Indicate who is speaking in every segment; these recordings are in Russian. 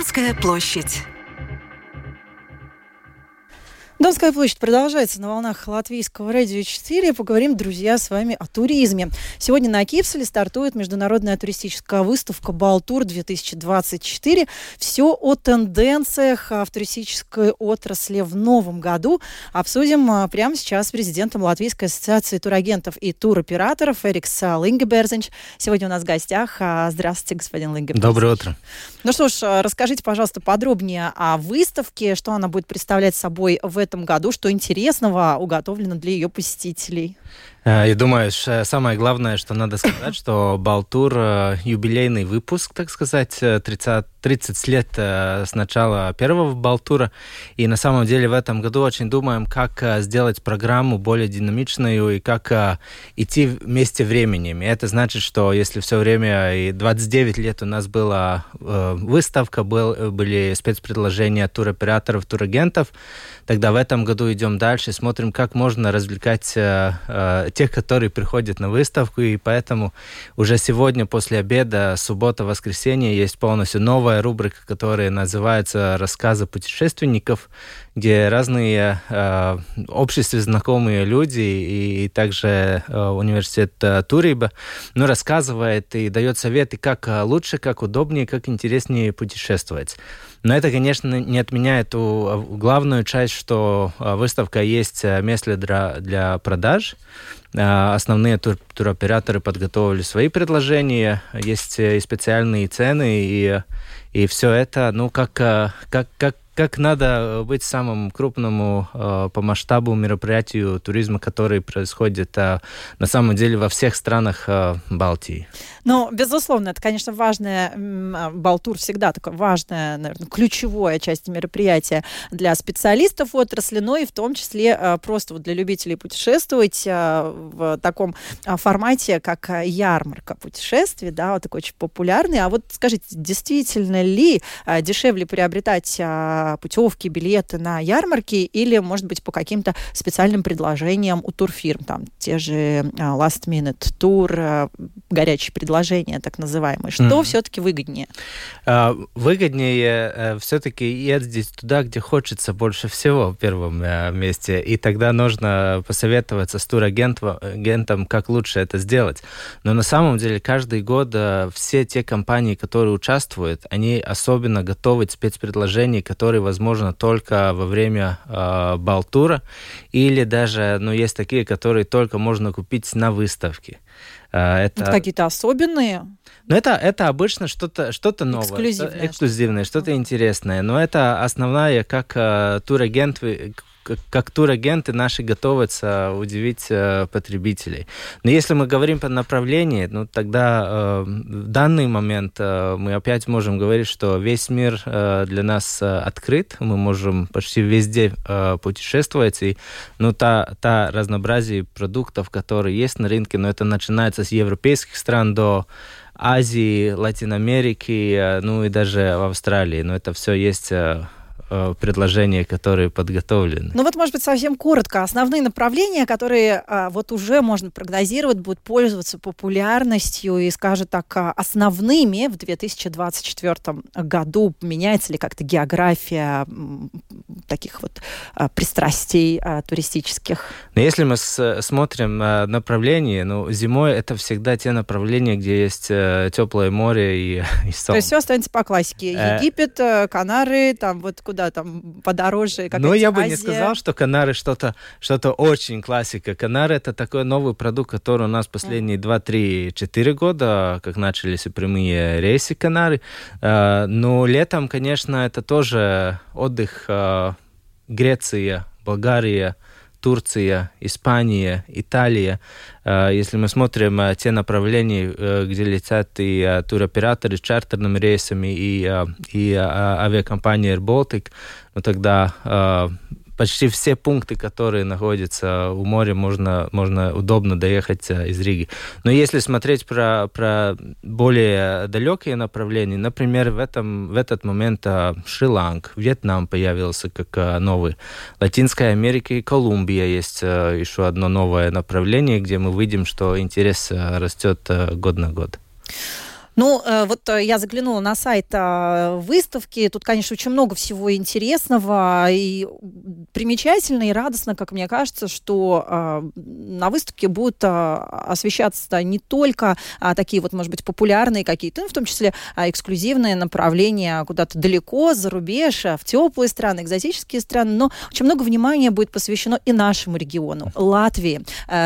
Speaker 1: Домская площадь.
Speaker 2: Домская площадь продолжается на волнах Латвийского радио 4. Поговорим, друзья, с вами о туризме. Сегодня на Кипселе стартует международная туристическая выставка «Балтур-2024». Все о тенденциях в туристической отрасли в новом году обсудим прямо сейчас с президентом Латвийской ассоциации турагентов и туроператоров Эрикс Лингеберзинч. Сегодня у нас в гостях. Здравствуйте, господин Лингеберзинч.
Speaker 3: Доброе утро.
Speaker 2: Ну что ж, расскажите, пожалуйста, подробнее о выставке, что она будет представлять собой в этом году, что интересного уготовлено для ее посетителей.
Speaker 3: Я думаю, самое главное, что надо сказать, что Балтур юбилейный выпуск, так сказать, 30 лет с начала первого Балтура. И на самом деле в этом году очень думаем, как сделать программу более динамичную и как идти вместе временем. И это значит, что если все время, и 29 лет у нас была выставка, были спецпредложения туроператоров, турагентов, тогда в этом году идем дальше, смотрим, как можно развлекать тех, которые приходят на выставку, и поэтому уже сегодня после обеда, суббота, воскресенье, есть полностью новая рубрика, которая называется «Рассказы путешественников», где разные обществе знакомые люди и также университет Туриба рассказывает и дает советы, как лучше, как удобнее, как интереснее путешествовать. Но это, конечно, не отменяет ту главную часть, что выставка есть место для продаж. Основные туроператоры подготовили свои предложения, есть и специальные цены, и все это, как надо быть самым крупному по масштабу мероприятию туризма, который происходит на самом деле во всех странах Балтии.
Speaker 2: Ну, безусловно, это, конечно, важная, Балтур всегда такая важная, наверное, ключевая часть мероприятия для специалистов отрасли, но и в том числе просто для любителей путешествовать в таком формате, как ярмарка путешествий, да, вот такой очень популярный. А вот скажите, действительно ли дешевле приобретать путевки, билеты на ярмарки или, может быть, по каким-то специальным предложениям у турфирм, там, те же last minute тур, горячие предложения, так называемые. Что все-таки выгоднее?
Speaker 3: Выгоднее все-таки ездить туда, где хочется больше всего в первом месте, и тогда нужно посоветоваться с турагентом, как лучше это сделать. Но на самом деле каждый год все те компании, которые участвуют, они особенно готовят спецпредложения, которые возможно только во время Балтура, или даже, есть такие, которые только можно купить на выставке.
Speaker 2: Это какие-то особенные?
Speaker 3: Но это обычно что-то новое, эксклюзивное, что-то интересное. Но это основная, как турагенты наши готовятся удивить потребителей. Но если мы говорим по направлению, тогда в данный момент мы опять можем говорить, что весь мир для нас открыт, мы можем почти везде путешествовать, и та разнообразие продуктов, которые есть на рынке, но это начинается с европейских стран до Азии, Латинской Америки, и даже в Австралии. Но это все есть предложения, которые подготовлены.
Speaker 2: Может быть, совсем коротко. Основные направления, которые уже можно прогнозировать, будут пользоваться популярностью и, скажем так, основными в 2024 году. Меняется ли как-то география таких пристрастий туристических?
Speaker 3: Но если мы смотрим направления, зимой это всегда те направления, где есть теплое море и солнце.
Speaker 2: То есть все останется по классике. Египет, Канары, куда подороже, как
Speaker 3: я бы
Speaker 2: Азия.
Speaker 3: не сказал, что Канары что-то очень классика. Канары — это такой новый продукт, который у нас последние 2-3-4 года, как начались и прямые рейсы Канары. Но летом, конечно, это тоже отдых Греция, Болгария, Турция, Испания, Италия. Если мы смотрим те направления, где летят и туроператоры с чартерными рейсами, и авиакомпания Air Baltic, тогда почти все пункты, которые находятся у моря, можно удобно доехать из Риги. Но если смотреть про более далекие направления, например, в этот момент Шри-Ланка, Вьетнам появился как новый. Латинская Америка и Колумбия есть еще одно новое направление, где мы видим, что интерес растет год на год.
Speaker 2: Ну, вот я заглянула на сайт выставки. Тут, конечно, очень много всего интересного и примечательно, и радостно, как мне кажется, что на выставке будут освещаться не только такие вот, может быть, популярные какие-то, ну, в том числе эксклюзивные направления куда-то далеко, за рубеж, в теплые страны, экзотические страны, но очень много внимания будет посвящено и нашему региону, Латвии.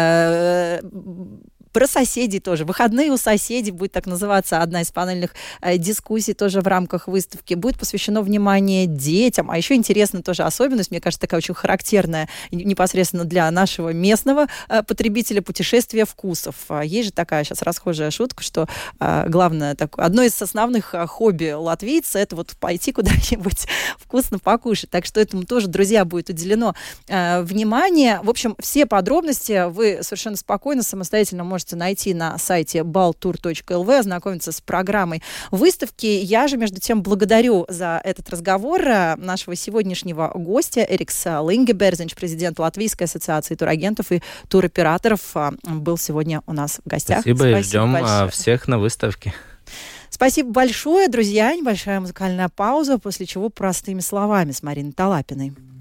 Speaker 2: Про соседей тоже. Выходные у соседей будет так называться одна из панельных дискуссий тоже в рамках выставки. Будет посвящено внимание детям. А еще интересна тоже особенность, мне кажется, такая очень характерная непосредственно для нашего местного потребителя путешествия вкусов. Есть же такая сейчас расхожая шутка, что главное, одно из основных хобби латвийца — это вот пойти куда-нибудь вкусно покушать. Так что этому тоже, друзья, будет уделено внимание. В общем, все подробности вы совершенно спокойно, самостоятельно можете найти на сайте baltour.lv, ознакомиться с программой выставки. Я же, между тем, благодарю за этот разговор нашего сегодняшнего гостя Эрикс Лингеберзинч, президент Латвийской ассоциации турагентов и туроператоров, был сегодня у нас в гостях.
Speaker 3: Спасибо и ждем большое. Всех на выставке.
Speaker 2: Спасибо большое, друзья. Небольшая музыкальная пауза, после чего простыми словами с Мариной Талапиной.